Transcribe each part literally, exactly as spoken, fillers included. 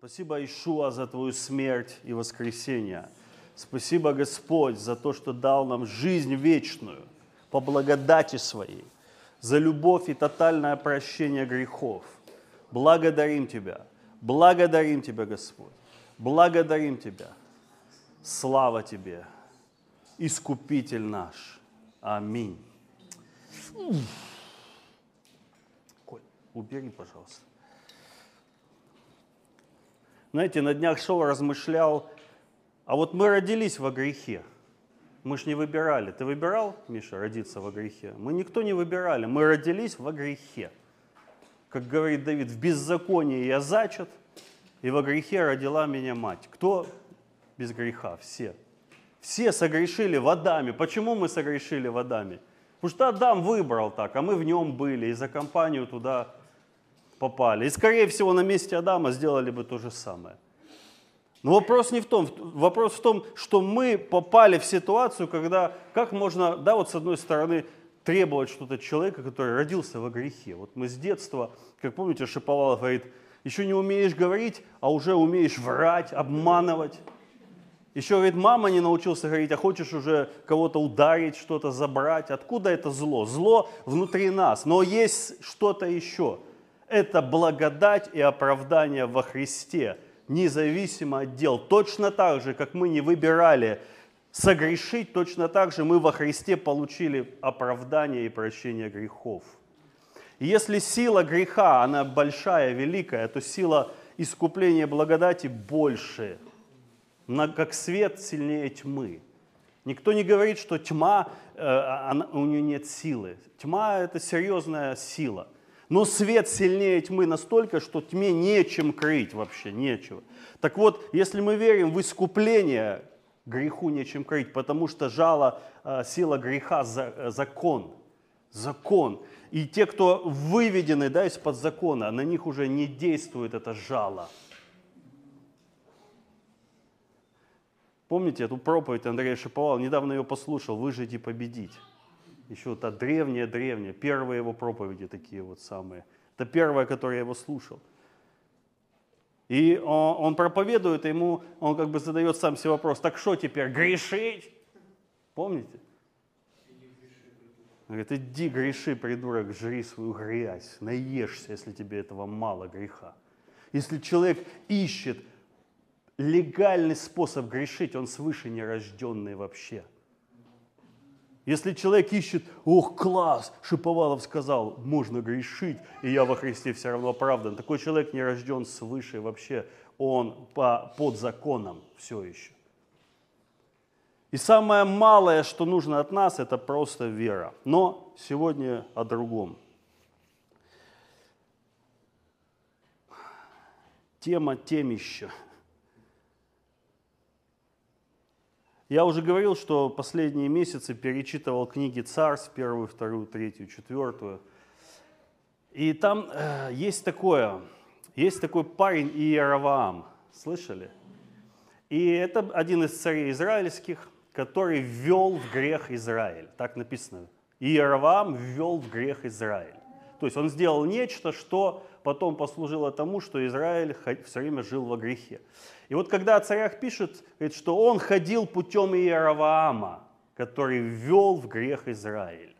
Спасибо, Иешуа, за Твою смерть и воскресение. Спасибо, Господь, за то, что дал нам жизнь вечную по благодати Своей, за любовь и тотальное прощение грехов. Благодарим Тебя, благодарим Тебя, Господь, благодарим Тебя. Слава Тебе, Искупитель наш. Аминь. Коль, убери, пожалуйста. Знаете, на днях шел, размышлял, а вот мы родились во грехе. Мы ж не выбирали. Ты выбирал, Миша, родиться во грехе? Мы никто не выбирали. Мы родились во грехе. Как говорит Давид, в беззаконии я зачат, и во грехе родила меня мать. Кто без греха? Все. Все согрешили в Адаме. Почему мы согрешили в Адаме? Потому что Адам выбрал так, а мы в нем были, и за компанию туда попали. И, скорее всего, на месте Адама сделали бы то же самое. Но вопрос не в том. Вопрос в том, что мы попали в ситуацию, когда, как можно, да, вот с одной стороны, требовать что-то от человека, который родился во грехе. Вот мы с детства, как помните, Шаповалов говорит, еще не умеешь говорить, а уже умеешь врать, обманывать. Еще, говорит, мама не научился говорить, а хочешь уже кого-то ударить, что-то забрать. Откуда это зло? Зло внутри нас, но есть что-то еще. Это благодать и оправдание во Христе, независимо от дел. Точно так же, как мы не выбирали согрешить, точно так же мы во Христе получили оправдание и прощение грехов. И если сила греха, она большая, великая, то сила искупления благодати больше. Как свет сильнее тьмы. Никто не говорит, что тьма, она, у нее нет силы. Тьма – это серьезная сила. Но свет сильнее тьмы настолько, что тьме нечем крыть вообще, нечего. Так вот, если мы верим в искупление, греху нечем крыть, потому что жало, сила греха – закон. Закон. И те, кто выведены, да, из-под закона, на них уже не действует это жало. Помните эту проповедь Андрея Шаповалова? Недавно ее послушал «Выжить и победить». Еще та древняя-древняя, первые его проповеди такие вот самые. Это первая, которую я его слушал. И он, он проповедует, ему, он как бы задает сам себе вопрос, так что теперь, грешить? Помните? Он говорит, иди греши, придурок, жри свою грязь, наешься, если тебе этого мало греха. Если человек ищет легальный способ грешить, он свыше нерожденный вообще. Если человек ищет, ох, класс, Шаповалов сказал, можно грешить, и я во Христе все равно оправдан. Такой человек не рожден свыше вообще, он по, под законом все еще. И самое малое, что нужно от нас, это просто вера. Но сегодня о другом. Тема темища. Я уже говорил, что последние месяцы перечитывал книги Царств, первую, вторую, третью, четвертую. И там э, есть такое, есть такой парень Иеровоам, слышали? И это один из царей израильских, который ввел в грех Израиль. Так написано. Иеровоам ввел в грех Израиль. То есть он сделал нечто, что потом послужило тому, что Израиль все время жил во грехе. И вот когда о царях пишут, говорит, что он ходил путем Иеровоама, который ввел в грех Израиль.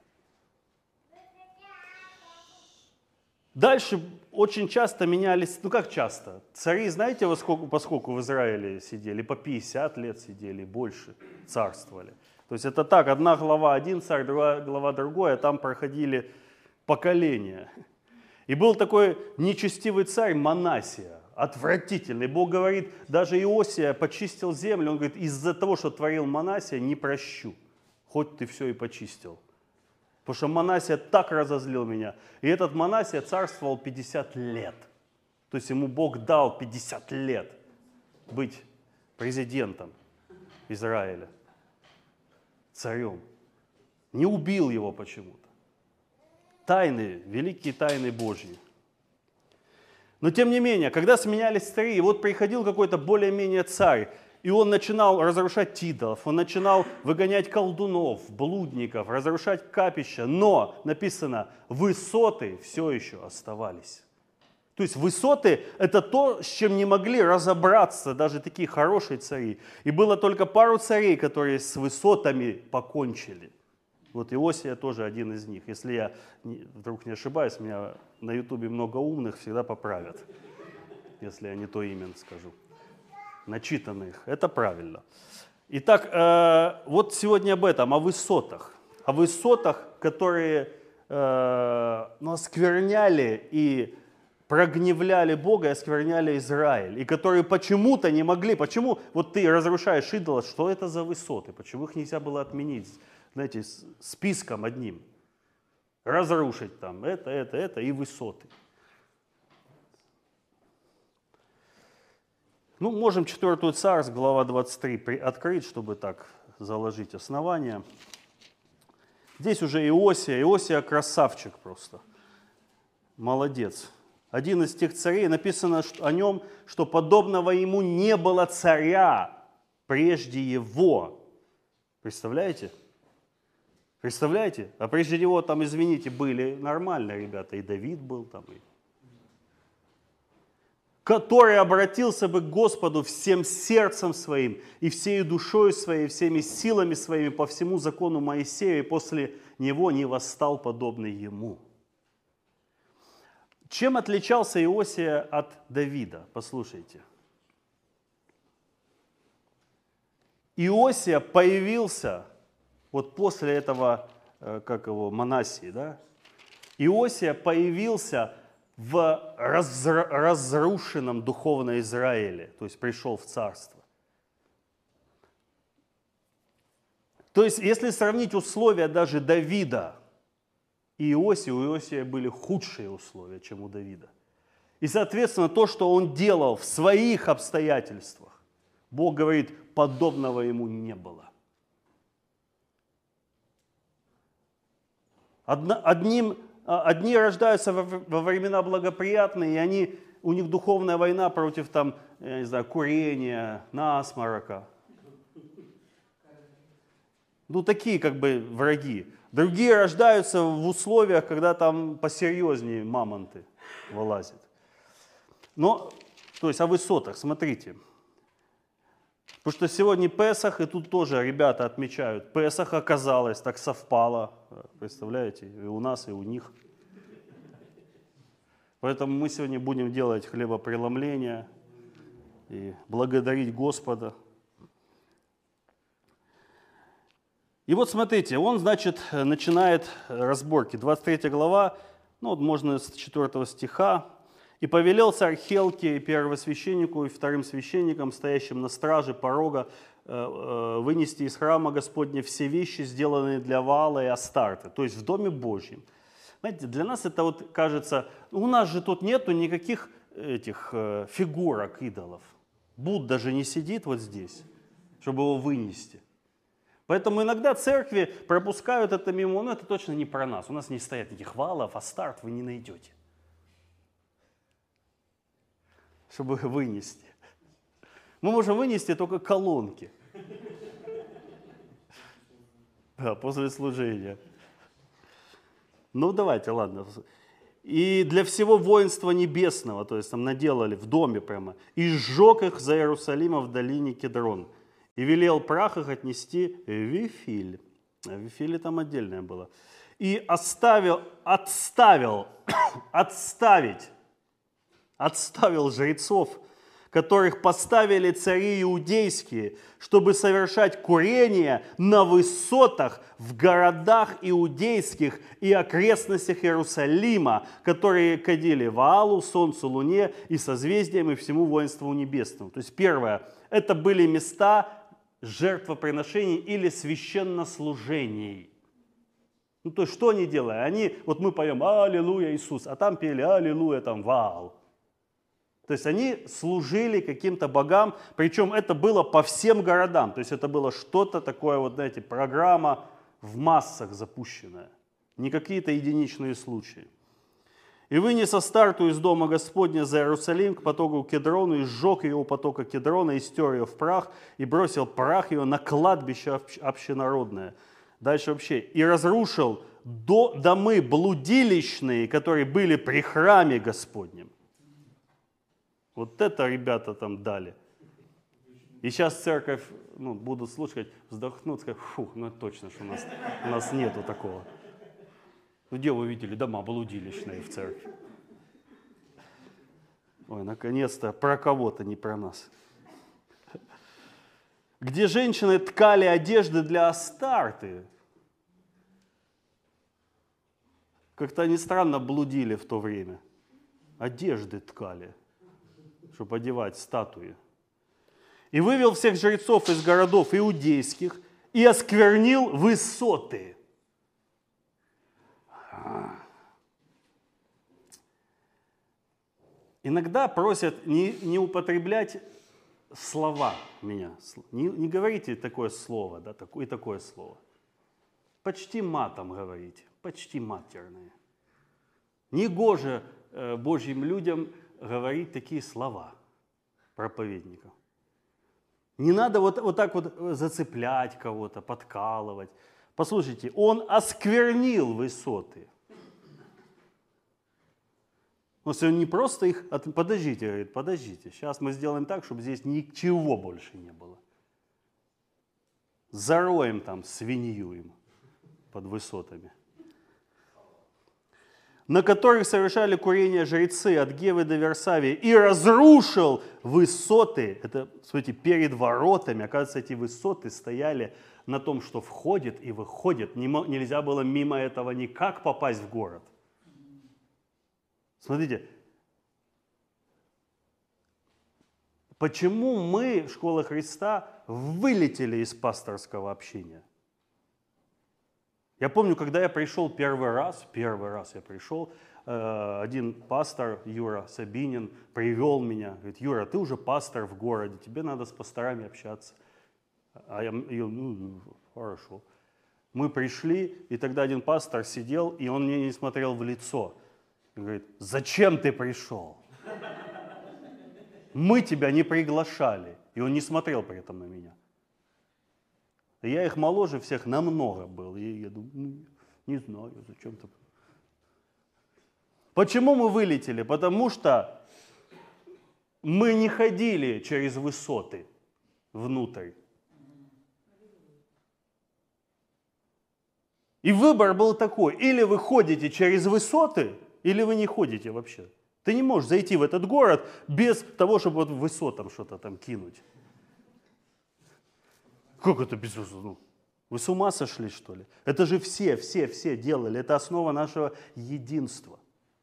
Дальше очень часто менялись, ну как часто? Цари, знаете, во сколько, поскольку в Израиле сидели? По пятьдесят лет сидели, больше царствовали. То есть это так, одна глава один царь, другая глава другой, а там проходили поколения. И был такой нечестивый царь Манассия, отвратительный. Бог говорит, даже Иосия почистил землю, он говорит, из-за того, что творил Манассия, не прощу, хоть ты все и почистил. Потому что Манассия так разозлил меня. И этот Манассия царствовал пятьдесят лет. То есть ему Бог дал пятьдесят лет быть президентом Израиля, царем. Не убил его почему-то. Тайны, великие тайны Божьи. Но тем не менее, когда сменялись цари, и вот приходил какой-то более-менее царь, и он начинал разрушать идолов, он начинал выгонять колдунов, блудников, разрушать капища, но, написано, высоты все еще оставались. То есть высоты – это то, с чем не могли разобраться даже такие хорошие цари. И было только пару царей, которые с высотами покончили. Вот Иосия тоже один из них. Если я не, вдруг не ошибаюсь, меня на ютубе много умных, всегда поправят, если я не то имя скажу. Начитанных. Это правильно. Итак, э, вот сегодня об этом, о высотах. О высотах, которые э, ну, оскверняли и прогневляли Бога и оскверняли Израиль. И которые почему-то не могли. Почему вот ты разрушаешь идола, что это за высоты? Почему их нельзя было отменить, знаете, списком одним? Разрушить там это, это, это и высоты. Ну, можем четвёртую Царств, глава двадцать три, открыть, чтобы так заложить основания. Здесь уже Иосия. Иосия красавчик просто. Молодец. Один из тех царей, написано о нем, что подобного ему не было царя прежде его. Представляете? Представляете? А прежде него там, извините, были нормальные ребята. И Давид был там, и... который обратился бы к Господу всем сердцем своим и всей душой своей, всеми силами своими по всему закону Моисея, и после него не восстал подобный ему. Чем отличался Иосия от Давида? Послушайте. Иосия появился вот после этого, как его, Манассии, да? Иосия появился в разрушенном духовном Израиле, то есть пришел в царство. То есть, если сравнить условия даже Давида и Иосии, у Иосия были худшие условия, чем у Давида. И, соответственно, то, что он делал в своих обстоятельствах, Бог говорит, подобного ему не было. Одним Одни рождаются во времена благоприятные, и они, у них духовная война против там, я не знаю, курения, насморока. Ну, такие как бы враги. Другие рождаются в условиях, когда там посерьезнее мамонты вылазят. Но, то есть о высотах, смотрите. Потому что сегодня Песах, и тут тоже ребята отмечают. Песах оказалось, так совпало, представляете, и у нас, и у них. Поэтому мы сегодня будем делать хлебопреломление и благодарить Господа. И вот смотрите, он, значит, начинает разборки. двадцать третья глава, ну вот можно с четвёртого стиха. «И повелел царь Хелке, первосвященнику и вторым священникам, стоящим на страже порога, вынести из храма Господня все вещи, сделанные для Ваала и Астарты», то есть в Доме Божьем. Знаете, для нас это вот кажется, у нас же тут нету никаких этих фигурок идолов. Будда же не сидит вот здесь, чтобы его вынести. Поэтому иногда церкви пропускают это мимо, но это точно не про нас. У нас не стоят никаких Ваалов, Астарт вы не найдете, чтобы вынести. Мы можем вынести только колонки. Да, после служения. Ну, давайте, ладно. «И для всего воинства небесного», то есть там наделали в доме прямо, «и сжег их за Иерусалима в долине Кедрон, и велел прах их отнести в Вифиль». А в Вифиле там отдельное было. «И оставил, отставил, отставить, отставил жрецов, которых поставили цари иудейские, чтобы совершать курение на высотах в городах иудейских и окрестностях Иерусалима, которые кадили Ваалу, солнцу, луне и созвездиям и всему воинству небесному». То есть первое, это были места жертвоприношений или священнослужений. Ну то есть что они делали? Они, вот мы поем «Аллилуйя, Иисус», а там пели «Аллилуйя, там Ваал». То есть они служили каким-то богам, причем это было по всем городам. То есть это было что-то такое, вот знаете, программа в массах запущенная. Не какие-то единичные случаи. «И вынес Астарту из дома Господня за Иерусалим к потоку Кедрону, и сжег ее у потока Кедрона, и стер ее в прах, и бросил прах ее на кладбище общенародное». Дальше вообще. «И разрушил до, домы блудилищные, которые были при храме Господнем». Вот это ребята там дали. И сейчас церковь, ну, будут слушать, вздохнут, скажут, фух, ну точно, что у нас, у нас нету такого. Ну, где вы видели дома блудилищные в церкви? Ой, наконец-то про кого-то, не про нас. Где женщины ткали одежды для Астарты. Как-то они странно блудили в то время. Одежды ткали, чтобы одевать статуи. И вывел всех жрецов из городов иудейских и осквернил высоты. Иногда просят не, не употреблять слова меня. Не, не говорите такое слово, да, такое, и такое слово. Почти матом говорите, почти матерные. Негоже э, Божьим людям говорить такие слова проповедникам. Не надо вот, вот так вот зацеплять кого-то, подкалывать. Послушайте, он осквернил высоты. Но если он не просто их... От... Подождите, говорит, подождите. Сейчас мы сделаем так, чтобы здесь ничего больше не было. Зароем там свинью им под высотами. На которых совершали курение жрецы от Гевы до Версавии, и разрушил высоты. Это, смотрите, перед воротами. Оказывается, эти высоты стояли на том, что входит и выходит. Нельзя было мимо этого никак попасть в город. Смотрите, почему мы, Школа Христа, вылетели из пасторского общения? Я помню, когда я пришел первый раз, первый раз я пришел, один пастор, Юра Сабинин, привел меня. Говорит, Юра, ты уже пастор в городе, тебе надо с пасторами общаться. А я, я ну, хорошо. Мы пришли, и тогда один пастор сидел, и он мне не смотрел в лицо. Он говорит, зачем ты пришел? Мы тебя не приглашали. И он не смотрел при этом на меня. Я их моложе всех намного был. И я думаю, ну, не знаю, зачем-то. Почему мы вылетели? Потому что мы не ходили через высоты внутрь. И выбор был такой. Или вы ходите через высоты, или вы не ходите вообще. Ты не можешь зайти в этот город без того, чтобы вот высотам что-то там кинуть. Как это без высот? Вы с ума сошли, что ли? Это же все, все, все делали. Это основа нашего единства.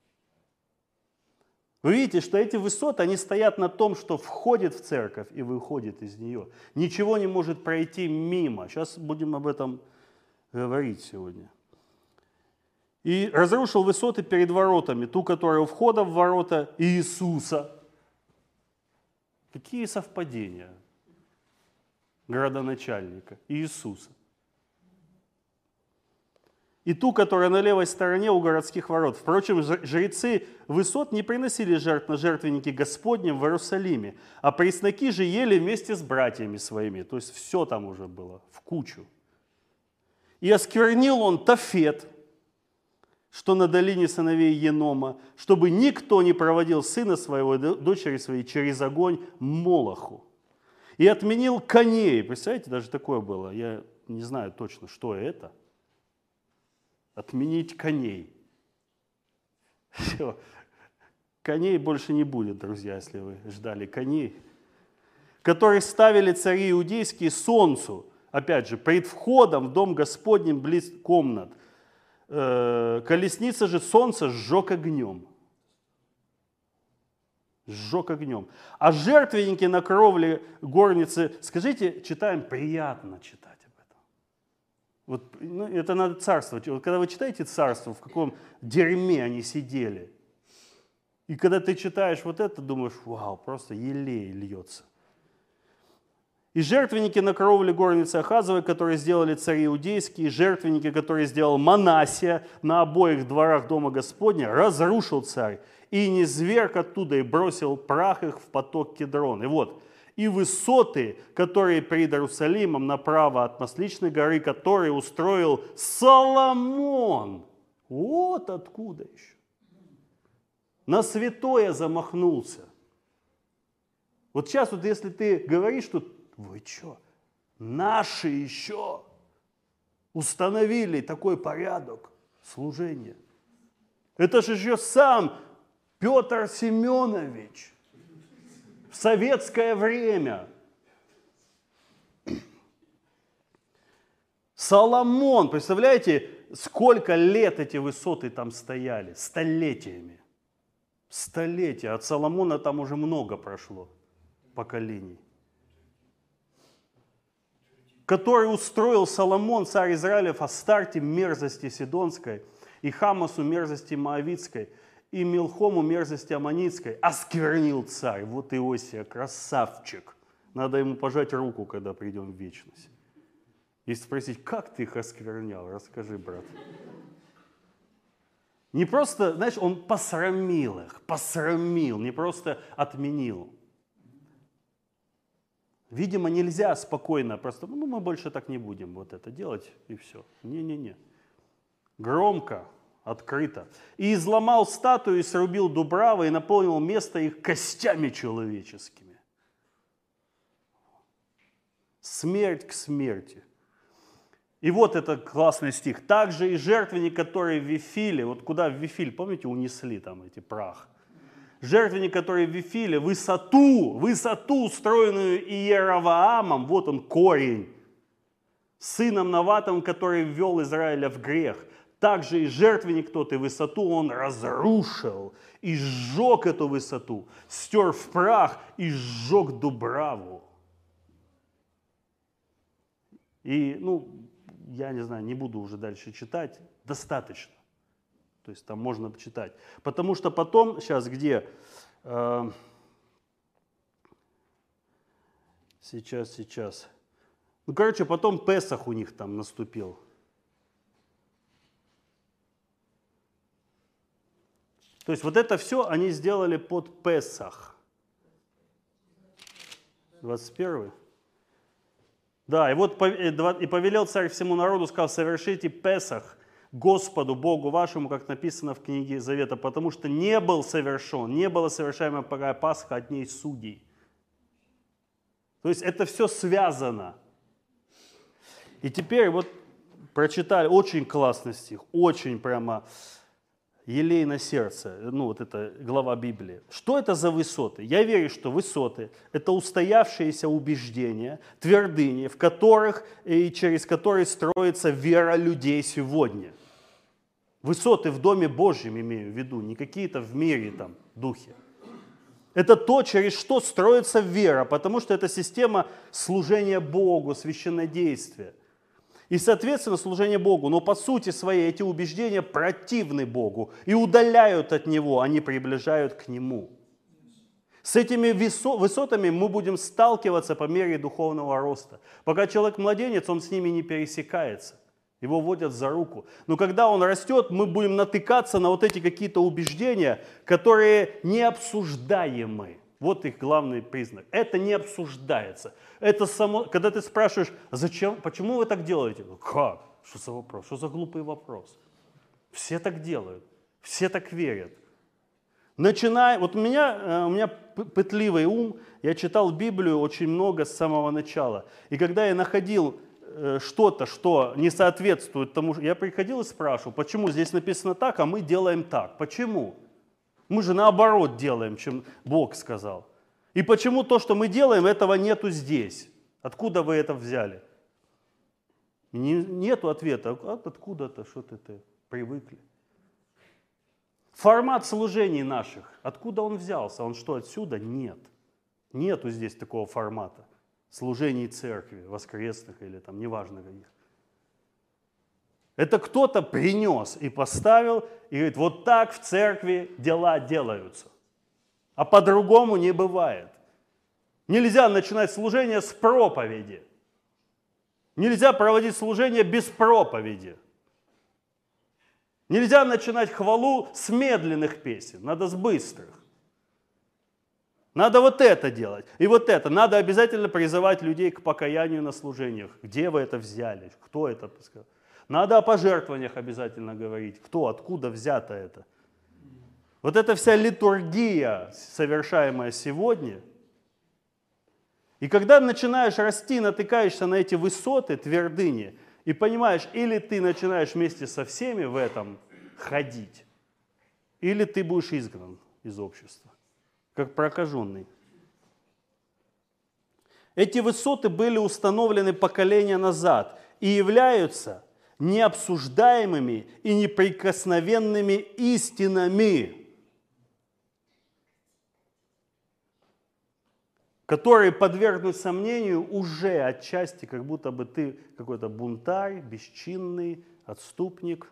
Вы видите, что эти высоты, они стоят на том, что входит в церковь и выходит из нее. Ничего не может пройти мимо. Сейчас будем об этом говорить сегодня. И разрушил высоты перед воротами, ту, которая у входа в ворота Иисуса. Какие совпадения градоначальника Иисуса. И ту, которая на левой стороне у городских ворот. Впрочем, жрецы высот не приносили жертв на жертвенники Господнем в Иерусалиме, а пресноки же ели вместе с братьями своими. То есть все там уже было в кучу. И осквернил он Тофет, что на долине сыновей Енома, чтобы никто не проводил сына своего и дочери своей через огонь Молоху. И отменил коней. Представляете, даже такое было. Я не знаю точно, что это. Отменить коней. Все. Коней больше не будет, друзья, если вы ждали коней. Которые ставили цари иудейские солнцу. Опять же, пред входом в дом Господним близ комнат. Колесница же солнца сжег огнем. Сжег огнем. А жертвенники на кровле горницы, скажите, читаем, приятно читать об этом. Вот, ну, это надо царствовать. Вот когда вы читаете царство, в каком дерьме они сидели. И когда ты читаешь вот это, думаешь, вау, просто елей льется. И жертвенники на кровле горницы Ахазовой, которые сделали цари иудейские, и жертвенники, которые сделал Манасия на обоих дворах дома Господня, разрушил царь. И низверг оттуда, и бросил прах их в поток Кедрон. И вот, и высоты, которые пред Иерусалимом направо от Масличной горы, которые устроил Соломон. Вот откуда еще. На святое замахнулся. Вот сейчас вот если ты говоришь, что вы что, наши еще установили такой порядок служения. Это же еще сам Петр Семенович в советское время. Соломон, представляете, сколько лет эти высоты там стояли? Столетиями. Столетия. От Соломона там уже много прошло поколений. Который устроил Соломон, царь Израилев, Астарте мерзости Сидонской, и Хамасу мерзости Моавитской, и Милхому мерзости Аммонитской. Осквернил царь. Вот Иосия, красавчик. Надо ему пожать руку, когда придем в вечность. Если спросить, как ты их осквернял, расскажи, брат. Не просто, знаешь, он посрамил их, посрамил, не просто отменил. Видимо, нельзя спокойно, просто, ну, мы больше так не будем вот это делать, и все. Не-не-не. Громко, открыто. И изломал статую, и срубил дубравы, и наполнил место их костями человеческими. Смерть к смерти. И вот это классный стих. Также и жертвенник, который в Вифиле, вот куда в Вифиль, помните, унесли там эти прах. Жертвенник, который в Вифиле, высоту, высоту, устроенную Иеровоамом, вот он корень, сыном Наватом, который ввел Израиля в грех. Также и жертвенник тот, и высоту он разрушил, и сжег эту высоту, стер в прах и сжег дубраву. И, ну, я не знаю, не буду уже дальше читать, достаточно. То есть там можно почитать. Потому что потом, сейчас где? Э, сейчас, сейчас. Ну, короче, потом Песах у них там наступил. То есть вот это все они сделали под Песах. двадцать первый. Да, и вот и повелел царь всему народу, сказал, совершите Песах Господу, Богу вашему, как написано в книге Завета, потому что не был совершен, не была совершаема пока Пасха от дней судей. То есть это все связано. И теперь вот прочитали, очень классный стих, очень прямо елей на сердце, ну вот это глава Библии. Что это за высоты? Я верю, что высоты – это устоявшиеся убеждения, твердыни, в которых и через которые строится вера людей сегодня. Высоты в Доме Божьем имею в виду, не какие-то в мире там духи. Это то, через что строится вера, потому что это система служения Богу, священнодействия. И, соответственно, служение Богу. Но по сути своей эти убеждения противны Богу и удаляют от Него, они приближают к Нему. С этими высотами мы будем сталкиваться по мере духовного роста. Пока человек младенец, он с ними не пересекается. Его водят за руку. Но когда он растет, мы будем натыкаться на вот эти какие-то убеждения, которые необсуждаемы. Вот их главный признак. Это не обсуждается. Это само... Когда ты спрашиваешь, зачем, почему вы так делаете? Ну, как? Что за вопрос? Что за глупый вопрос? Все так делают. Все так верят. Начиная... Вот у меня, у меня пытливый ум. Я читал Библию очень много с самого начала. И когда я находил что-то, что не соответствует тому, я приходил и спрашивал, почему здесь написано так, а мы делаем так? Почему? Мы же наоборот делаем, чем Бог сказал. И почему то, что мы делаем, этого нету здесь? Откуда вы это взяли? Не, нету ответа. Откуда-то, что-то ты привыкли. Формат служений наших. Откуда он взялся? Он что, отсюда? Нет. Нету здесь такого формата. Служений церкви, воскресных или там, неважно каких. Это кто-то принес и поставил, и говорит, вот так в церкви дела делаются. А по-другому не бывает. Нельзя начинать служение с проповеди. Нельзя проводить служение без проповеди. Нельзя начинать хвалу с медленных песен, надо с быстрых. Надо вот это делать и вот это. Надо обязательно призывать людей к покаянию на служениях. Где вы это взяли? Кто это сказал? Надо о пожертвованиях обязательно говорить. Кто, откуда взято это? Вот эта вся литургия, совершаемая сегодня, И когда начинаешь расти, натыкаешься на эти высоты, твердыни, и понимаешь, или ты начинаешь вместе со всеми в этом ходить, или ты будешь изгнан из общества, как прокаженный. Эти высоты были установлены поколения назад и являются необсуждаемыми и неприкосновенными истинами, которые подвергнут сомнению уже отчасти, как будто бы ты какой-то бунтарь, бесчинный, отступник.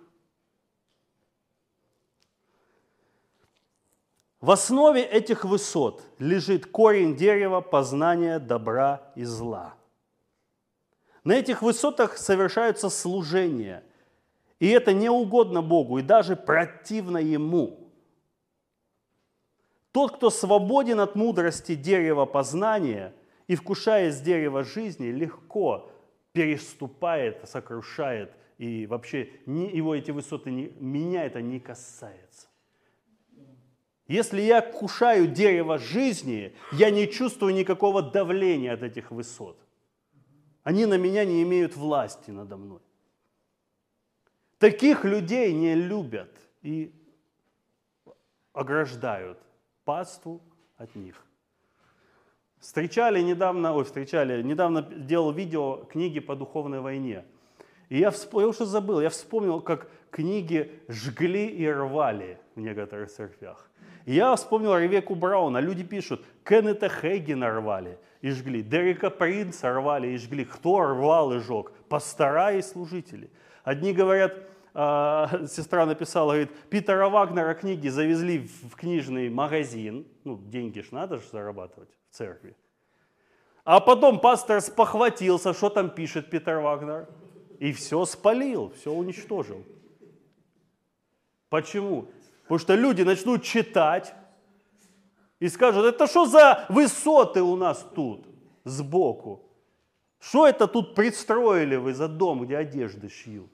В основе этих высот лежит корень дерева познания добра и зла. На этих высотах совершаются служения, и это не угодно Богу, и даже противно Ему. Тот, кто свободен от мудрости дерева познания и вкушает с дерева жизни, легко переступает, сокрушает, и вообще его эти высоты, не, меня это не касается. Если я кушаю дерево жизни, я не чувствую никакого давления от этих высот. Они на меня не имеют власти надо мной. Таких людей не любят и ограждают паству от них. Встречали недавно, ой, встречали, недавно делал видео книги по духовной войне. И я, всп... я уже забыл, я вспомнил, как книги жгли и рвали в некоторых церквях. И я вспомнил Ревекку Брауна. Люди пишут, Кеннета Хейгена рвали и жгли, Дерека Принца рвали и жгли. Кто рвал и жег? Пастора и служители. Одни говорят, э, сестра написала, говорит, Питера Вагнера книги завезли в книжный магазин. Ну, деньги ж надо же зарабатывать в церкви. А потом пастор спохватился, что там пишет Питер Вагнер. И все спалил, все уничтожил. Почему? Потому что люди начнут читать и скажут, это что за высоты у нас тут сбоку? Что это тут пристроили вы за дом, где одежды шьют?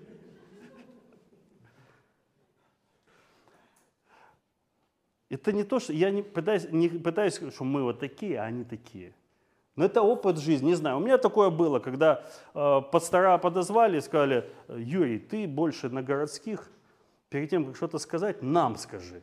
Это не то, что я не пытаюсь, не пытаюсь сказать, что мы вот такие, а они такие. Но это опыт жизни, не знаю. У меня такое было, когда э, пастора подозвали и сказали, Юрий, ты больше на городских, перед тем, как что-то сказать, нам скажи.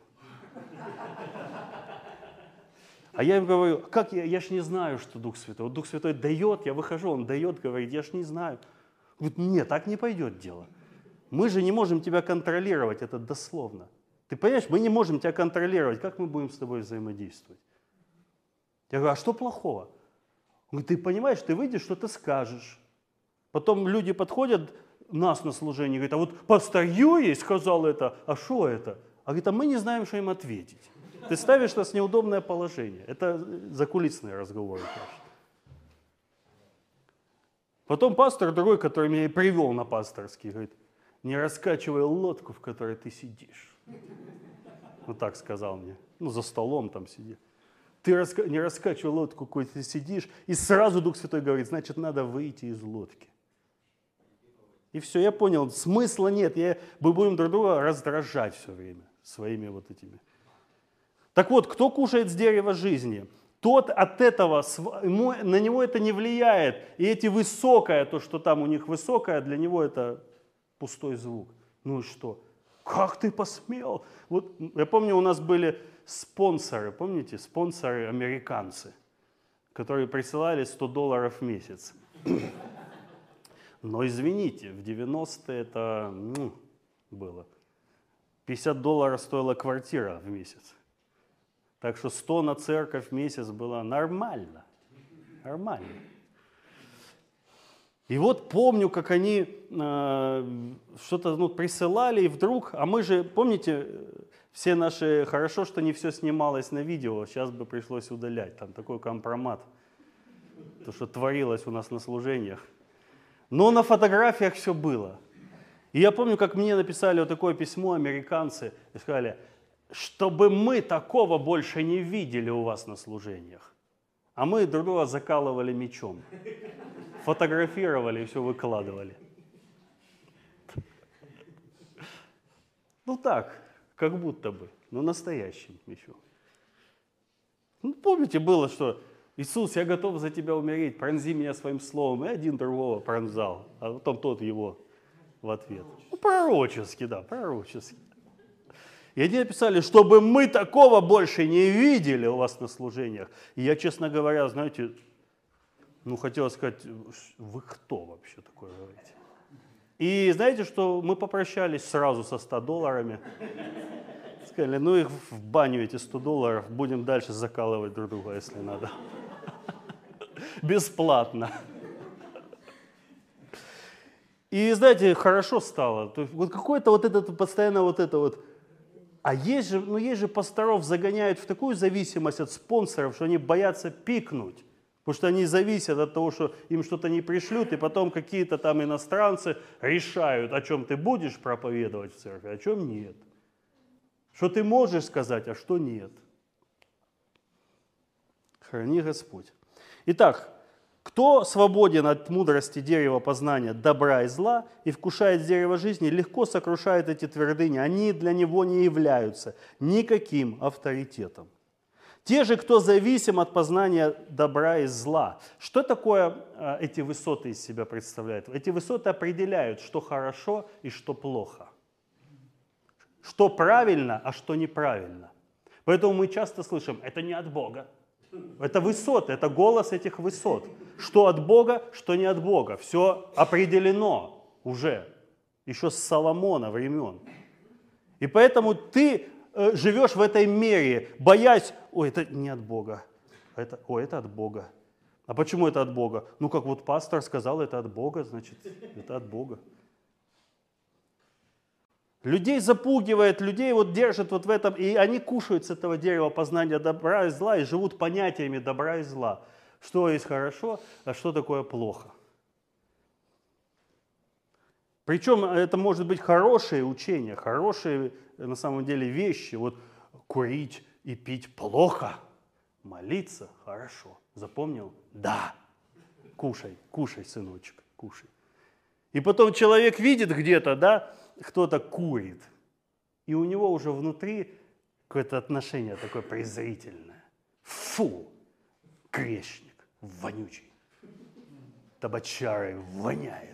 А я им говорю, как я, я ж не знаю, что Дух Святой. Вот Дух Святой дает, я выхожу, Он дает, говорит, я ж не знаю. Говорит, нет, так не пойдет дело. Мы же не можем тебя контролировать, это дословно. Ты понимаешь, мы не можем тебя контролировать, как мы будем с тобой взаимодействовать? Я говорю, а что плохого? Он говорит, ты понимаешь, ты выйдешь, что-то скажешь. Потом люди подходят, нас на служение, говорят, а вот пастор Юрий сказал это, а что это? А говорит, а мы не знаем, что им ответить. Ты ставишь нас в неудобное положение. Это закулисные разговоры, конечно. Потом пастор другой, который меня и привел на пасторский, говорит, не раскачивай лодку, в которой ты сидишь. Вот так сказал мне. Ну, за столом там сидит. Ты раска... не раскачивай лодку, в которой ты сидишь, и сразу Дух Святой говорит, значит, надо выйти из лодки. И все, я понял, смысла нет, я... мы будем друг друга раздражать все время своими вот этими. Так вот, кто кушает с дерева жизни, тот от этого, ему, на него это не влияет. И эти высокое, то, что там у них высокое, для него это пустой звук. Ну и что? Как ты посмел? Вот, я помню, у нас были спонсоры, помните, спонсоры американцы, которые присылали сто долларов в месяц. Но извините, в девяностые это ну, было. пятьдесят долларов стоила квартира в месяц. Так что сто на церковь в месяц было нормально. Нормально. И вот помню, как они э, что-то ну, присылали, и вдруг, а мы же, помните, все наши, хорошо, что не все снималось на видео, сейчас бы пришлось удалять, там такой компромат, то, что творилось у нас на служениях. Но на фотографиях все было. И я помню, как мне написали вот такое письмо американцы, и сказали, чтобы мы такого больше не видели у вас на служениях. А мы друг друга закалывали мечом. Фотографировали и все выкладывали. Ну так, как будто бы, но настоящим мечом. Ну, помните, было, что Иисус, я готов за тебя умереть, пронзи меня своим словом. И один другого пронзал, а потом тот его в ответ. Ну, пророчески, да, пророчески. И они написали, чтобы мы такого больше не видели у вас на служениях. И я, честно говоря, знаете, ну, хотел сказать, вы кто вообще такое говорите? И знаете, что мы попрощались сразу со ста долларами. Сказали, ну их в баню эти сто долларов, будем дальше закалывать друг друга, если надо. Бесплатно. И знаете, хорошо стало. То есть вот какое-то вот это, постоянно вот это вот. А есть же, ну есть же пасторов загоняют в такую зависимость от спонсоров, что они боятся пикнуть. Потому что они зависят от того, что им что-то не пришлют, и потом какие-то там иностранцы решают, о чем ты будешь проповедовать в церкви, о чем нет. Что ты можешь сказать, а что нет. Храни Господь. Итак, кто свободен от мудрости дерева познания добра и зла и вкушает с дерева жизни, легко сокрушает эти твердыни. Они для него не являются никаким авторитетом. Те же, кто зависим от познания добра и зла. Что такое э, эти высоты из себя представляют? Эти высоты определяют, что хорошо и что плохо. Что правильно, а что неправильно. Поэтому мы часто слышим, это не от Бога. Это высоты, это голос этих высот. Что от Бога, что не от Бога. Все определено уже, еще с Соломона времен. И поэтому ты э, живешь в этой мере, боясь, ой, это не от Бога, это, ой, это от Бога. А почему это от Бога? Ну, как вот пастор сказал, это от Бога, значит, это от Бога. Людей запугивает, людей вот держат вот в этом, и они кушают с этого дерева познания добра и зла и живут понятиями добра и зла. Что есть хорошо, а что такое плохо. Причем это может быть хорошее учение, хорошие на самом деле вещи. Вот курить и пить плохо, молиться хорошо. Запомнил? Да. Кушай, кушай, сыночек, кушай. И потом человек видит где-то, да, кто-то курит, и у него уже внутри какое-то отношение такое презрительное. Фу, грешник, вонючий, табачарой воняет.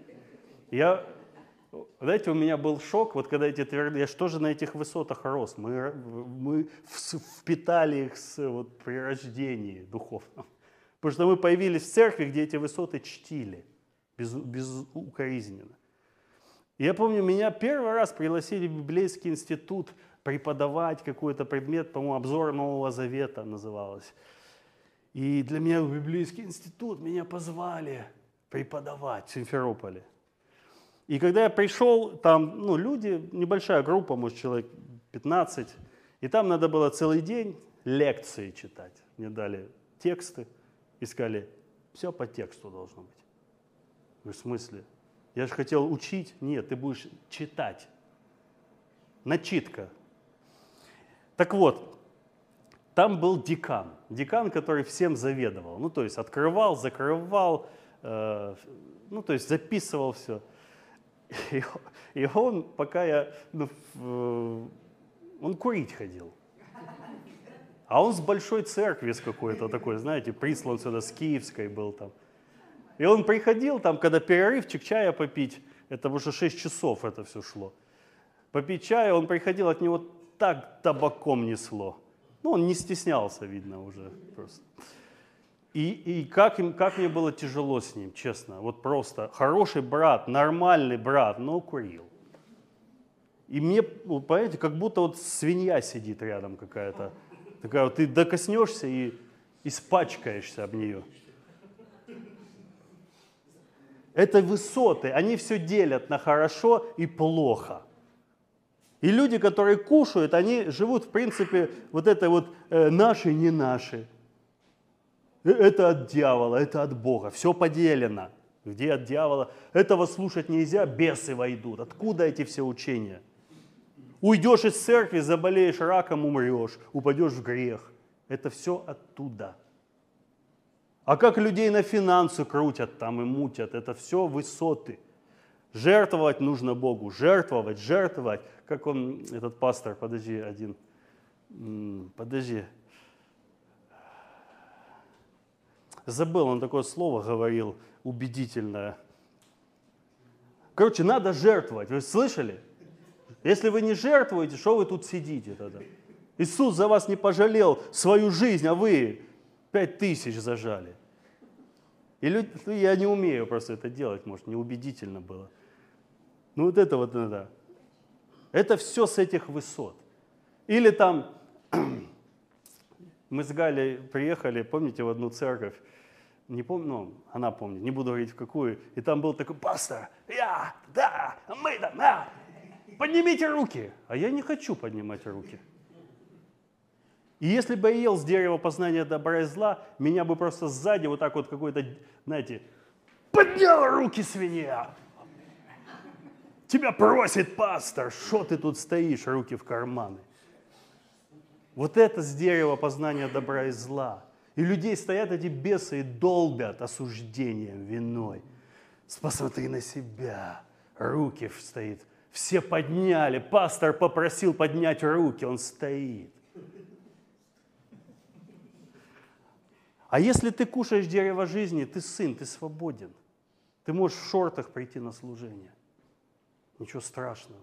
Я, знаете, у меня был шок, вот когда эти твердые, я же тоже на этих высотах рос, мы, мы впитали их с, вот, при рождении духовном. Потому что мы появились в церкви, где эти высоты чтили, без, безукоризненно. Я помню, меня первый раз пригласили в библейский институт преподавать какой-то предмет, по-моему, обзор Нового Завета называлось. И для меня в библейский институт меня позвали преподавать в Симферополе. И когда я пришел, там ну, люди, небольшая группа, может, человек пятнадцать, и там надо было целый день лекции читать. Мне дали тексты и сказали, все по тексту должно быть. Я говорю, в смысле? Я же хотел учить. Нет, ты будешь читать. Начитка. Так вот, там был декан. Декан, который всем заведовал. Ну, то есть открывал, закрывал, э, ну, то есть записывал все. И, и он, пока я... Ну, в, он курить ходил. А он с большой церкви, с какой-то такой, знаете, прислан сюда, с Киевской был там. И он приходил, там, когда перерывчик, чая попить, это уже шесть часов это все шло. Попить чая, он приходил, от него так табаком несло. Ну, он не стеснялся, видно, уже просто. И, и как, им, как мне было тяжело с ним, честно. Вот просто хороший брат, нормальный брат, но курил. И мне, понимаете, как будто вот свинья сидит рядом какая-то. Такая вот, ты докоснешься и испачкаешься об нее. Это высоты, они все делят на хорошо и плохо. И люди, которые кушают, они живут, в принципе, вот это вот э, наши, не наши. Это от дьявола, это от Бога. Все поделено. Где от дьявола? Этого слушать нельзя, бесы войдут. Откуда эти все учения? Уйдешь из церкви, заболеешь раком, умрешь, упадешь в грех. Это все оттуда. А как людей на финансы крутят там и мутят, это все высоты. Жертвовать нужно Богу, жертвовать, жертвовать. Как он, этот пастор, подожди, один, подожди. Забыл, он такое слово говорил убедительное. Короче, надо жертвовать. Вы слышали? Если вы не жертвуете, что вы тут сидите тогда? Иисус за вас не пожалел свою жизнь, а вы пять тысяч зажали. И люди, ну, я не умею просто это делать, может, неубедительно было. Ну вот это вот надо. Это все с этих высот. Или там, мы с Галей приехали, помните, в одну церковь, не помню, ну, она помнит, не буду говорить в какую, и там был такой пастор, я, да, мы, да, да, поднимите руки. А я не хочу поднимать руки. И если бы я ел с дерева познания добра и зла, меня бы просто сзади вот так вот какой-то, знаете, поднял руки, свинья. Тебя просит пастор, что ты тут стоишь, руки в карманы. Вот это с дерева познания добра и зла. И людей стоят эти бесы и долбят осуждением, виной. Посмотри на себя, руки стоит. Все подняли, пастор попросил поднять руки, он стоит. А если ты кушаешь дерево жизни, ты сын, ты свободен. Ты можешь в шортах прийти на служение. Ничего страшного.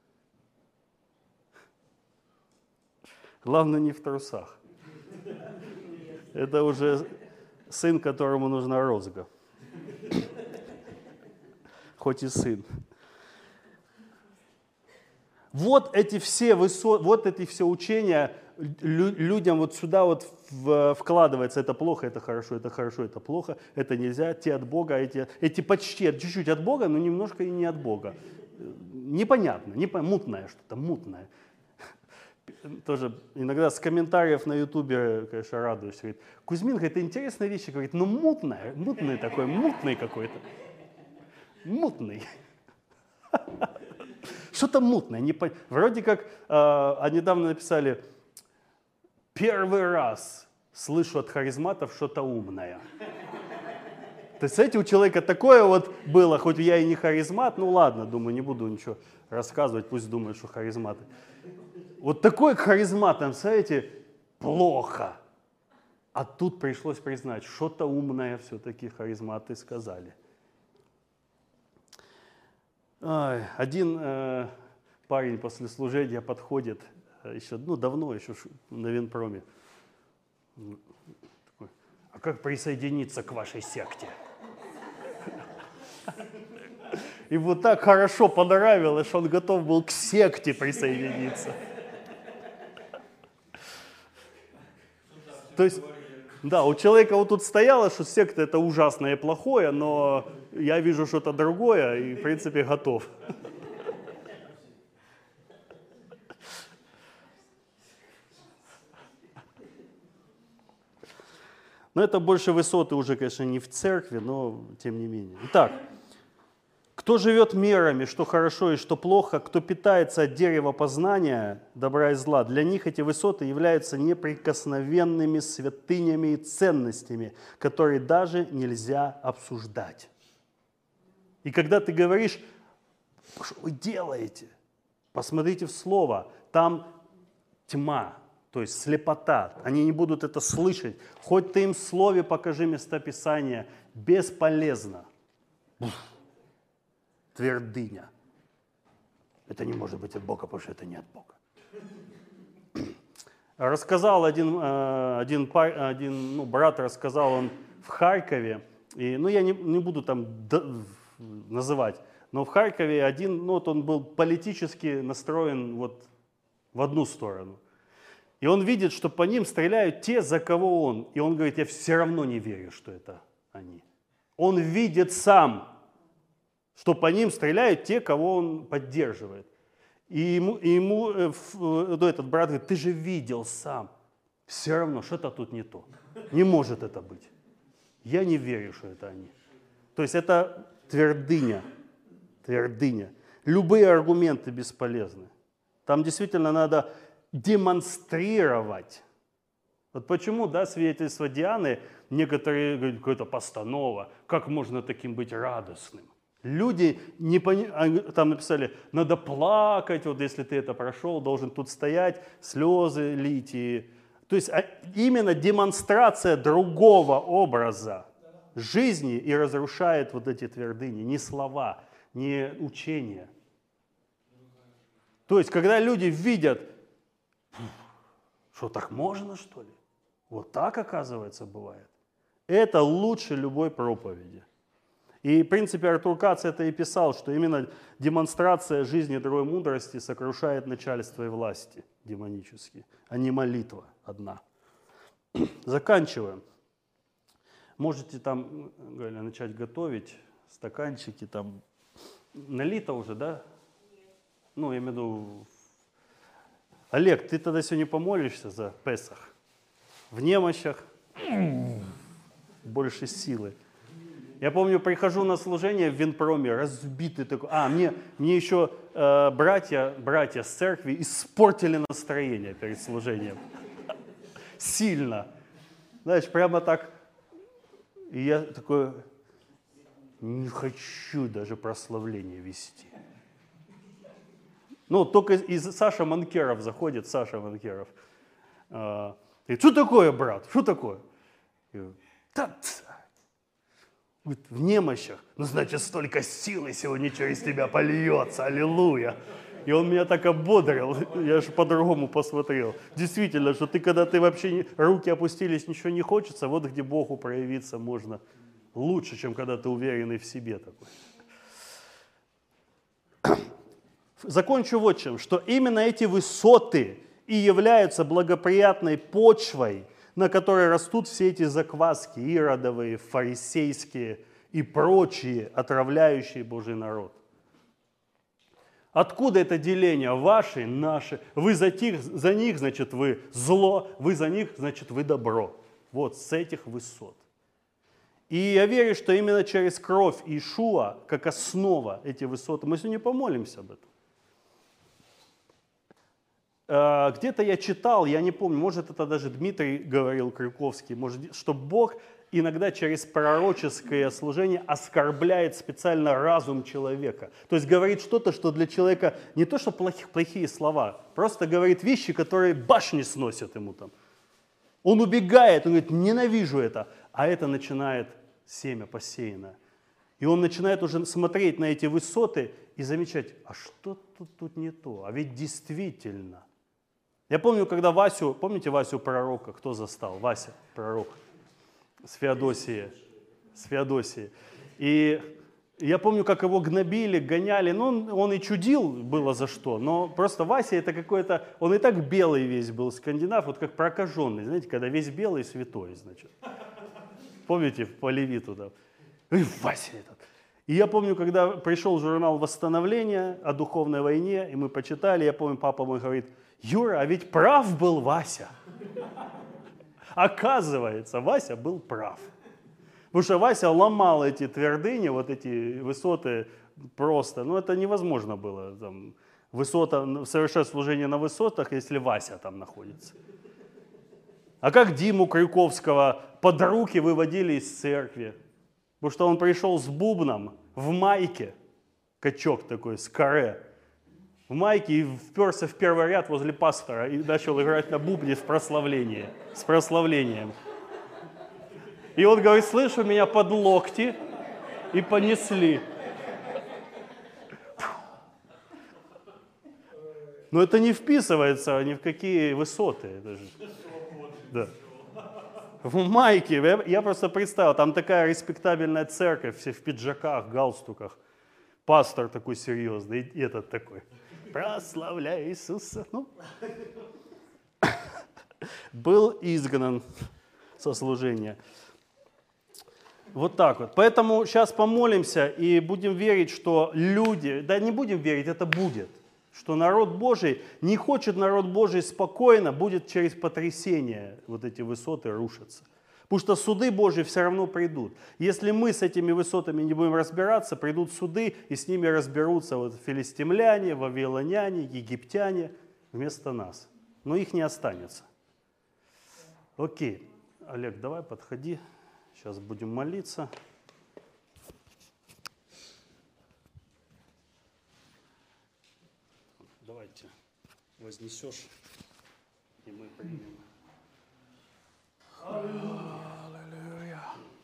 Главное, не в трусах. Это уже сын, которому нужна розга. Хоть и сын. Вот эти все высо... вот эти все учения людям вот сюда вот вкладывается. Это плохо, это хорошо, это хорошо, это плохо, это нельзя, те от Бога, эти, эти почти чуть-чуть от Бога, но немножко и не от Бога. Непонятно, не, мутное что-то, мутное. Тоже иногда с комментариев на Ютубе, конечно, радуюсь. Говорит, Кузьмин, это интересные вещи, говорит, но мутное, мутный такой, мутный какой-то. Мутный. Что-то мутное. Не по... Вроде как, э, а недавно написали, первый раз слышу от харизматов что-то умное. То есть, знаете, у человека такое вот было, хоть я и не харизмат, ну ладно, думаю, не буду ничего рассказывать, пусть думают, что харизматы. Вот такой харизматом, знаете, плохо. А тут пришлось признать, что-то умное все-таки харизматы сказали. Ой, один э, парень после служения подходит, еще, ну давно, еще на Винпроме. Такой, а как присоединиться к вашей секте? И вот так хорошо понравилось, что он готов был к секте присоединиться. То есть, да, у человека вот тут стояло, что секта это ужасное и плохое, но я вижу что-то другое и, в принципе, готов. Но это больше высоты уже, конечно, не в церкви, но тем не менее. Итак, кто живет мерами, что хорошо и что плохо, кто питается от дерева познания добра и зла, для них эти высоты являются неприкосновенными святынями и ценностями, которые даже нельзя обсуждать. И когда ты говоришь, что вы делаете, посмотрите в слово, там тьма, то есть слепота, они не будут это слышать. Хоть ты им в слове покажи местописание, бесполезно. Твердыня. Это не может быть от Бога, потому что это не от Бога. Рассказал один, один, один ну, брат, рассказал он в Харькове, и, ну я не, не буду там называть, но в Харькове один, ну вот он был политически настроен вот в одну сторону. И он видит, что по ним стреляют те, за кого он. И он говорит, я все равно не верю, что это они. Он видит сам, что по ним стреляют те, кого он поддерживает. И ему, и ему э, э, этот брат говорит, ты же видел сам. Все равно что-то тут не то. Не может это быть. Я не верю, что это они. То есть это твердыня. Твердыня. Любые аргументы бесполезны. Там действительно надо демонстрировать. Вот почему, да, свидетельство Дианы, некоторые говорят, какая-то постанова, как можно таким быть радостным? Люди не понимают, там написали, надо плакать, вот если ты это прошел, должен тут стоять, слезы лить и То есть именно демонстрация другого образа жизни и разрушает вот эти твердыни, не слова, не учения. То есть, когда люди видят, что так можно, что ли? Вот так, оказывается, бывает. Это лучше любой проповеди. И, в принципе, Артур Кац это и писал, что именно демонстрация жизни другой мудрости сокрушает начальство и власти демонические, а не молитва одна. Заканчиваем. Можете там, Галя, начать готовить стаканчики, там налито уже, да? Ну, я имею в виду, Олег, ты тогда сегодня помолишься за Песах? В немощах больше силы. Я помню, прихожу на служение в Винпроме, разбитый такой. А, мне, мне еще э, братья, братья с церкви испортили настроение перед служением. Сильно. Знаешь, прямо так. И я такой, не хочу даже прославление вести. Ну, только из Саша Манкеров заходит, Саша Манкеров. Э, говорит, что такое, брат, что такое? Я говорю, да, говорит, в немощах, ну, значит, столько силы сегодня через тебя польется, аллилуйя. И он меня так ободрил, я же по-другому посмотрел. Действительно, что ты, когда ты вообще, не, руки опустились, ничего не хочется, вот где Богу проявиться можно лучше, чем когда ты уверенный в себе такой. Закончу вот чем, что именно эти высоты и являются благоприятной почвой, на которой растут все эти закваски иродовые, фарисейские и прочие, отравляющие Божий народ. Откуда это деление? Ваши, наши. Вы за, тех, за них, значит, вы зло, вы за них, значит, вы добро. Вот с этих высот. И я верю, что именно через кровь Иешуа, как основа эти высоты, мы сегодня помолимся об этом. Где-то я читал, я не помню, может, это даже Дмитрий говорил, Крюковский, может, что Бог иногда через пророческое служение оскорбляет специально разум человека. То есть говорит что-то, что для человека не то, что плохие, плохие слова, просто говорит вещи, которые башни сносят ему там. Он убегает, он говорит, ненавижу это, а это начинает семя посеянное. И он начинает уже смотреть на эти высоты и замечать, а что тут, тут не то, а ведь действительно. Я помню, когда Васю, помните Васю пророка, кто застал? Вася, пророк, с Феодосии, с Феодосии. И я помню, как его гнобили, гоняли, ну, он, он и чудил, было за что, но просто Вася это какой-то, он и так белый весь был, скандинав, вот как прокаженный, знаете, когда весь белый святой, значит. Помните, по Левиту, да? И Вася этот. И я помню, когда пришел журнал «Восстановление» о духовной войне, и мы почитали, я помню, папа мой говорит, Юра, а ведь прав был Вася. Оказывается, Вася был прав. Потому что Вася ломал эти твердыни, вот эти высоты просто. Ну, это невозможно было. Там, высота, совершать служение на высотах, если Вася там находится. А как Диму Крюковского под руки выводили из церкви? Потому что он пришел с бубном в майке, качок такой, с каре, в майке и вперся в первый ряд возле пастора и начал играть на бубне с прославлением. С прославлением. И он говорит, слышу, меня под локти и понесли. Но это не вписывается ни в какие высоты. Это же... Да. В майке, я, я просто представил, там такая респектабельная церковь, все в пиджаках, галстуках. Пастор такой серьезный, и этот такой. Прославляй Иисуса. Ну. Был изгнан со служения. Вот так вот. Поэтому сейчас помолимся и будем верить, что люди, да не будем верить, это будет. Что народ Божий, не хочет народ Божий спокойно, будет через потрясение вот эти высоты рушиться. Потому что суды Божьи все равно придут. Если мы с этими высотами не будем разбираться, придут суды, и с ними разберутся вот филистимляне, вавилоняне, египтяне вместо нас. Но их не останется. Окей. Олег, давай подходи. Сейчас будем молиться. Давайте вознесешь, и мы примем. Аллилуйя.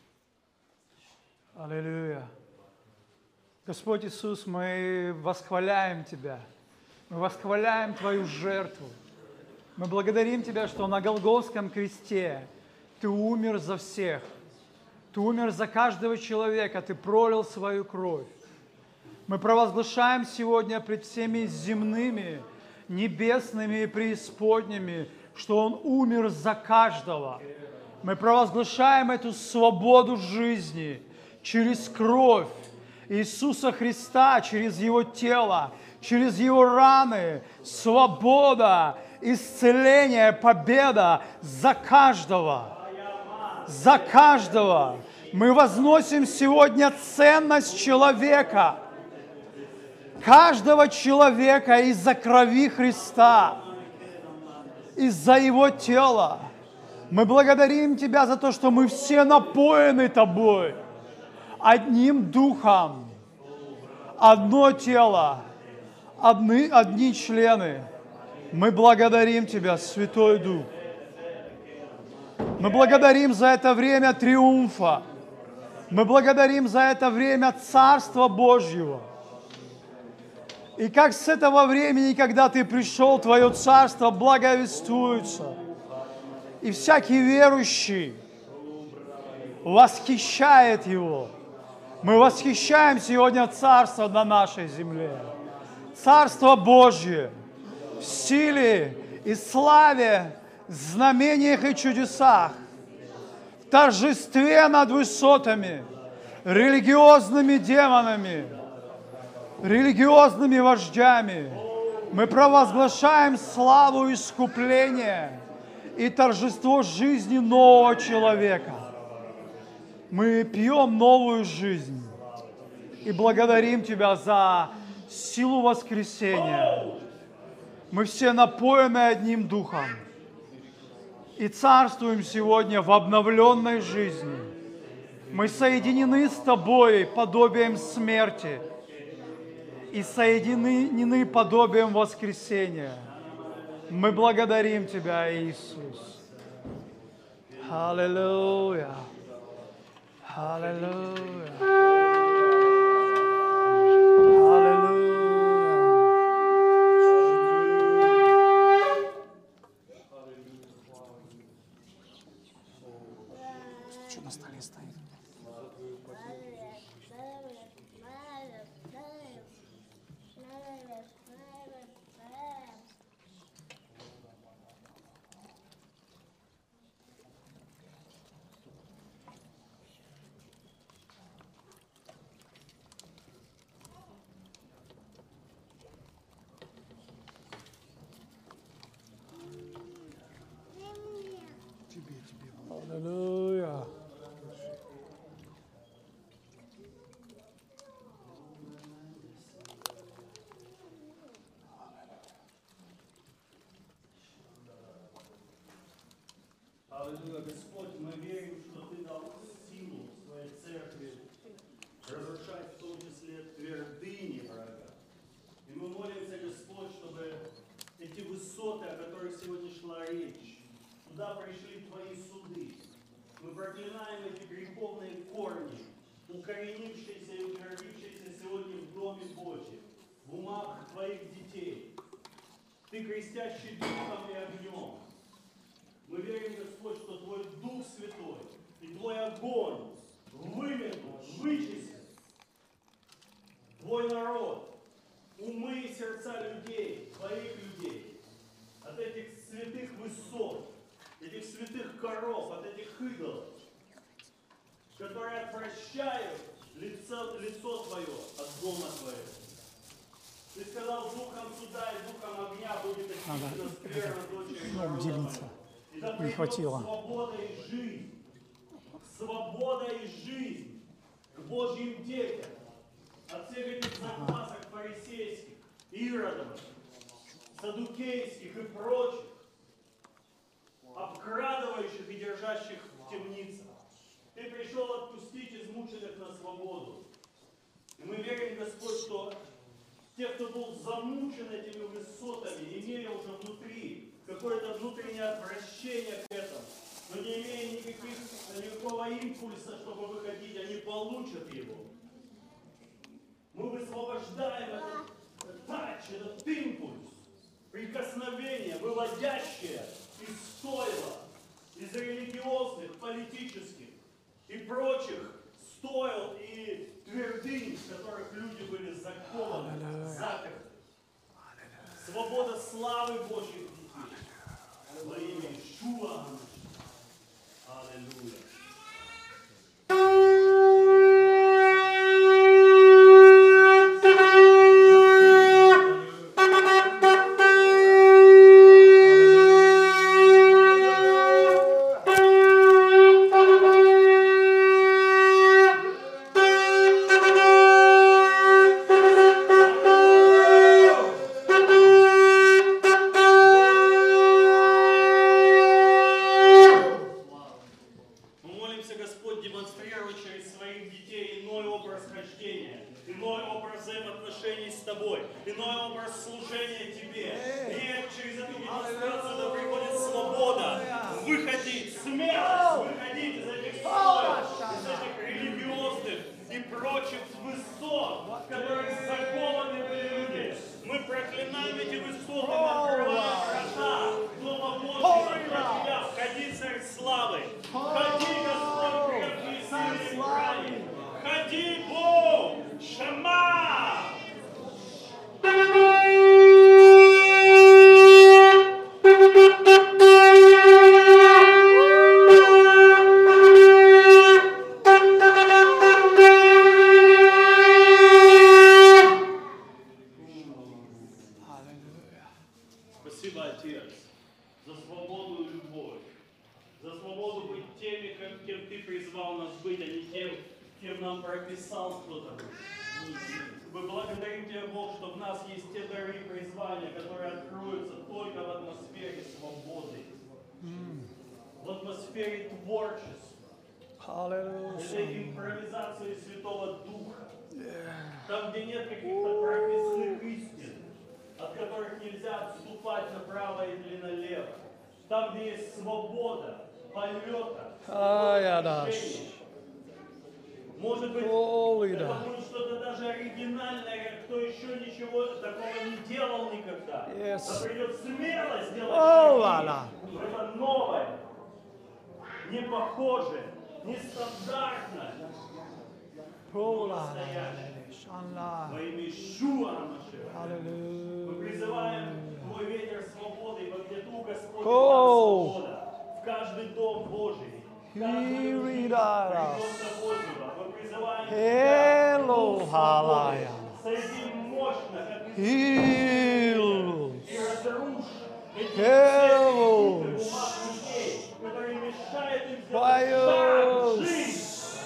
Аллилуйя. Господь Иисус, мы восхваляем Тебя. Мы восхваляем Твою жертву. Мы благодарим Тебя, что на Голгофском кресте Ты умер за всех. Ты умер за каждого человека. Ты пролил свою кровь. Мы провозглашаем сегодня пред всеми земными, небесными и преисподними, что Он умер за каждого. Мы провозглашаем эту свободу жизни через кровь Иисуса Христа, через Его тело, через Его раны, свобода, исцеление, победа за каждого. За каждого. Мы возносим сегодня ценность человека. Каждого человека из-за крови Христа, из-за Его тела. Мы благодарим Тебя за то, что мы все напоены Тобой. Одним духом, одно тело, одни, одни члены. Мы благодарим Тебя, Святой Дух. Мы благодарим за это время триумфа. Мы благодарим за это время Царства Божьего. И как с этого времени, когда Ты пришел, Твое Царство благовествуется. И всякий верующий восхищает Его. Мы восхищаем сегодня Царство на нашей земле. Царство Божье в силе и славе, знамениях и чудесах, в торжестве над высотами, религиозными демонами, религиозными вождями. Мы провозглашаем славу искупления и торжество жизни нового человека. Мы пьем новую жизнь и благодарим Тебя за силу воскресения. Мы все напоены одним духом и царствуем сегодня в обновленной жизни. Мы соединены с Тобой подобием смерти и соединены подобием воскресения. Мы благодарим Тебя, Иисус. Аллилуйя. Аллилуйя. Что на столе стоит? Аллилуйя. Аллилуйя, Господь, мы верим, что Ты дал силу своей церкви разрушать в том числе твердыни врага. И мы молимся, Господь, чтобы эти высоты, о которых сегодня шла речь, туда пришли Твои суды. Мы проклинаем эти греховные корни, укоренившиеся и утвердившиеся сегодня в Доме Божьем, в умах Твоих детей. Ты крестящий духом и огнем. Мы верим, Господь, что Твой Дух Святой и Твой огонь выметут, вычистят Твой народ, умы и сердца людей, Твоих людей, от этих святых высот, этих святых коров, от этих идолов, которые отвращают лицо, лицо Твое от дома Твоего. Ты сказал, духом суда и духом огня будет очищена скверна дочери народа. И да придет свобода и жизнь, свобода и жизнь к Божьим детям от всех этих заквасок фарисейских, иродов, саддукейских и прочих, обкрадывающих и держащих в темницах. Ты пришел отпустить измученных на свободу. И мы верим, Господь, что те, кто был замучен этими высотами, имея уже внутри какое-то внутреннее отвращение к этому, но не имея никаких, никакого импульса, чтобы выходить, они получат его. Мы высвобождаем этот тач, этот импульс, прикосновение, выводящее из стойла, из религиозных, политических и прочих стоил и твердынь, в которых люди были закованы, заперты. Свобода славы Божьих детей. Во имя Иешуа. Аллилуйя. Там, где нет каких-то прописных истин, от которых нельзя отступать направо или налево. Там, где есть свобода полета, свобода движения. Может быть, это будет что-то даже оригинальное, кто еще ничего такого не делал никогда. Yes. Но придет смело сделать шаги. Это новое, не похожее, нестандартное. Во имя Иешуа Машиаха. Мы призываем Твой ветер свободы, ибо где Дух Господень, там свобода. В каждый дом Божий, в каждый придется Божьего. Мы призываем Тебя, Дух свободы, сойди мощно, как и разрушь эти все ума людей, которые мешают им сделать шаг в жизнь.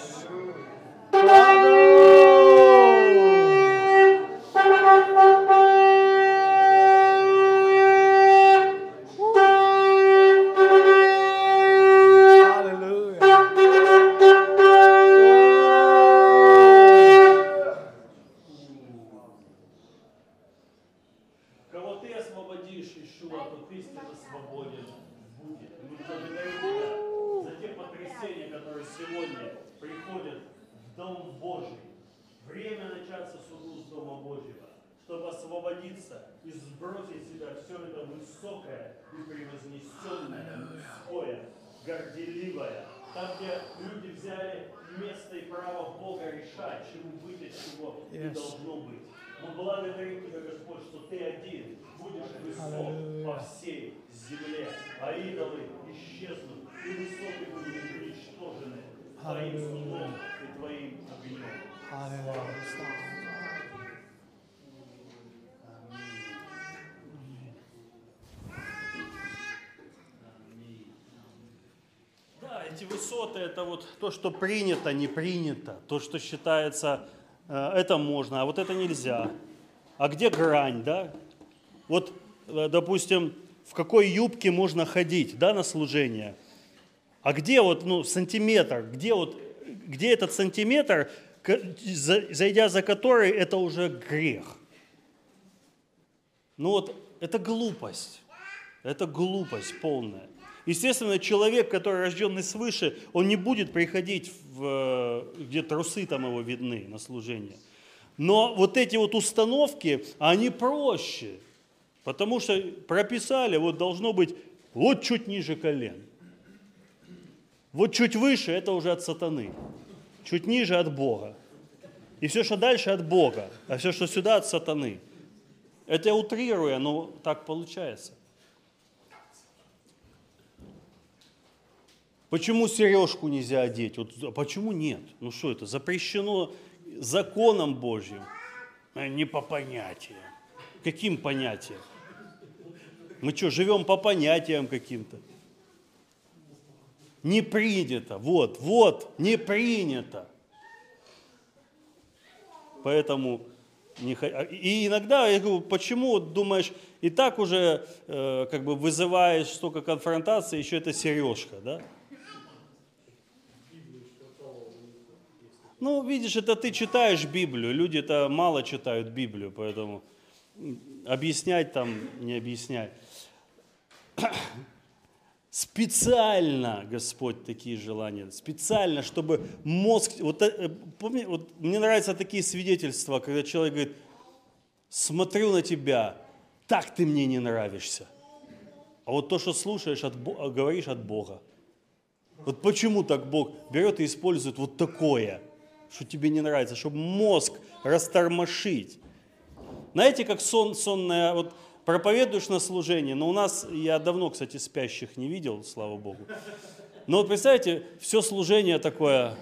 И сбросить себя все это высокое и превознесенное, мужское, горделивое. Там, где люди взяли место и право Бога решать, чему быть, а чего yes. не должно быть. Мы благодарим Тебя, Господь, что Ты один будешь высок по всей земле, а идолы исчезнут, и высоты будут уничтожены Твоим судом и Твоим огнем. Эти высоты — это вот то, что принято, не принято, то, что считается, э, это можно, а вот это нельзя. А где грань, да? Вот, э, допустим, в какой юбке можно ходить, да, на служение? А где вот, ну, сантиметр, где вот, где этот сантиметр, зайдя за который, это уже грех? Ну вот, это глупость, это глупость полная. Естественно, человек, который рожденный свыше, он не будет приходить, в, где трусы там его видны на служение. Но вот эти вот установки, они проще, потому что прописали, вот должно быть вот чуть ниже колен. Вот чуть выше, это уже от сатаны. Чуть ниже от Бога. И все, что дальше, от Бога. А все, что сюда, от сатаны. Это я утрирую, но так получается. Почему сережку нельзя одеть? Вот, а почему нет? Ну что это? Запрещено законом Божьим. Не по понятиям. Каким понятиям? Мы что, живем по понятиям каким-то? Не принято. Вот, вот, не принято. Поэтому не... И иногда я говорю, почему думаешь, и так уже э, как бы вызываешь столько конфронтаций, еще это сережка, да? Ну, видишь, это ты читаешь Библию, люди-то мало читают Библию, поэтому объяснять там не объяснять. Специально, Господь, такие желания, специально, чтобы мозг... Вот, помни, вот мне нравятся такие свидетельства, когда человек говорит, смотрю на тебя, так ты мне не нравишься. А вот то, что слушаешь, от, говоришь от Бога. Вот почему так Бог берет и использует вот такое, что тебе не нравится, чтобы мозг растормошить. Знаете, как сон, сонная... Вот, проповедуешь на служении, но у нас, я давно, кстати, спящих не видел, слава Богу. Но вот представьте, все служение такое,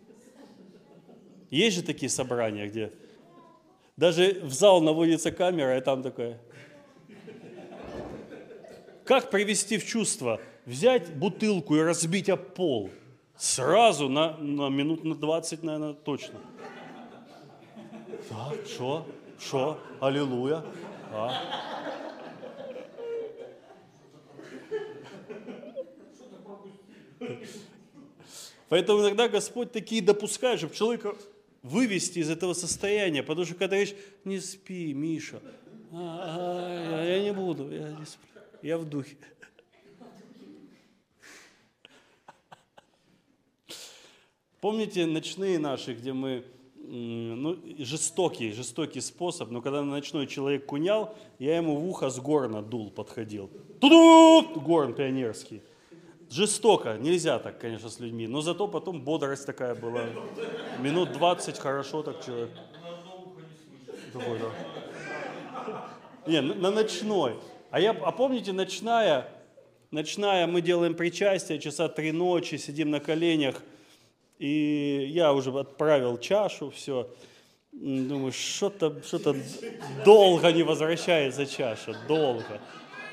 есть же такие собрания, где даже в зал наводится камера, и там такое. Как привести в чувство? Взять бутылку и разбить об пол. Сразу на, на минут на двадцать, наверное, точно. Так, что? Что? Аллилуйя. А? Поэтому иногда Господь такие допускает, чтобы человека вывести из этого состояния. Потому что когда говоришь, не спи, Миша, а, а, я не буду, я не сплю, я в духе. Помните ночные наши, где мы, ну, жестокий, жестокий способ, но когда ночной человек кунял, я ему в ухо с горна дул, подходил. Ту-ду! Горн пионерский. Жестоко, нельзя так, конечно, с людьми, но зато потом бодрость такая была. Минут двадцать хорошо так человек. Такой, да. Не, на ночной. А, я, а помните, ночная, ночная, мы делаем причастие, часа три ночи, сидим на коленях, и я уже отправил чашу, все. Думаю, что-то, что-то долго не возвращается чаша, долго.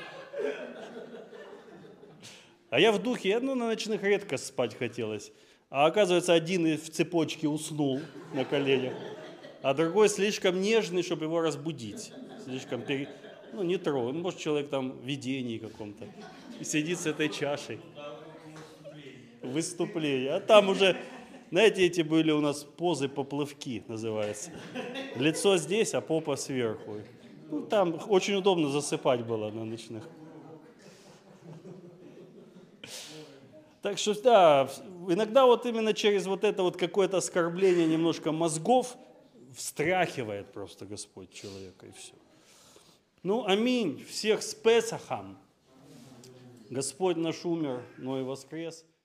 А я в духе, ну, на ночных редко спать хотелось. А оказывается, один в цепочке уснул на коленях, а другой слишком нежный, чтобы его разбудить. Слишком, пере... ну, не трогай. Может, человек там в видении каком-то. И сидит с этой чашей. Выступление. А там уже, знаете, эти были у нас позы поплывки, называется. Лицо здесь, а попа сверху. Ну, там очень удобно засыпать было на ночных. Так что, да, иногда вот именно через вот это вот какое-то оскорбление немножко мозгов встряхивает просто Господь человека, и все. Ну, аминь. Всех с Песахом. Господь наш умер, но и воскрес.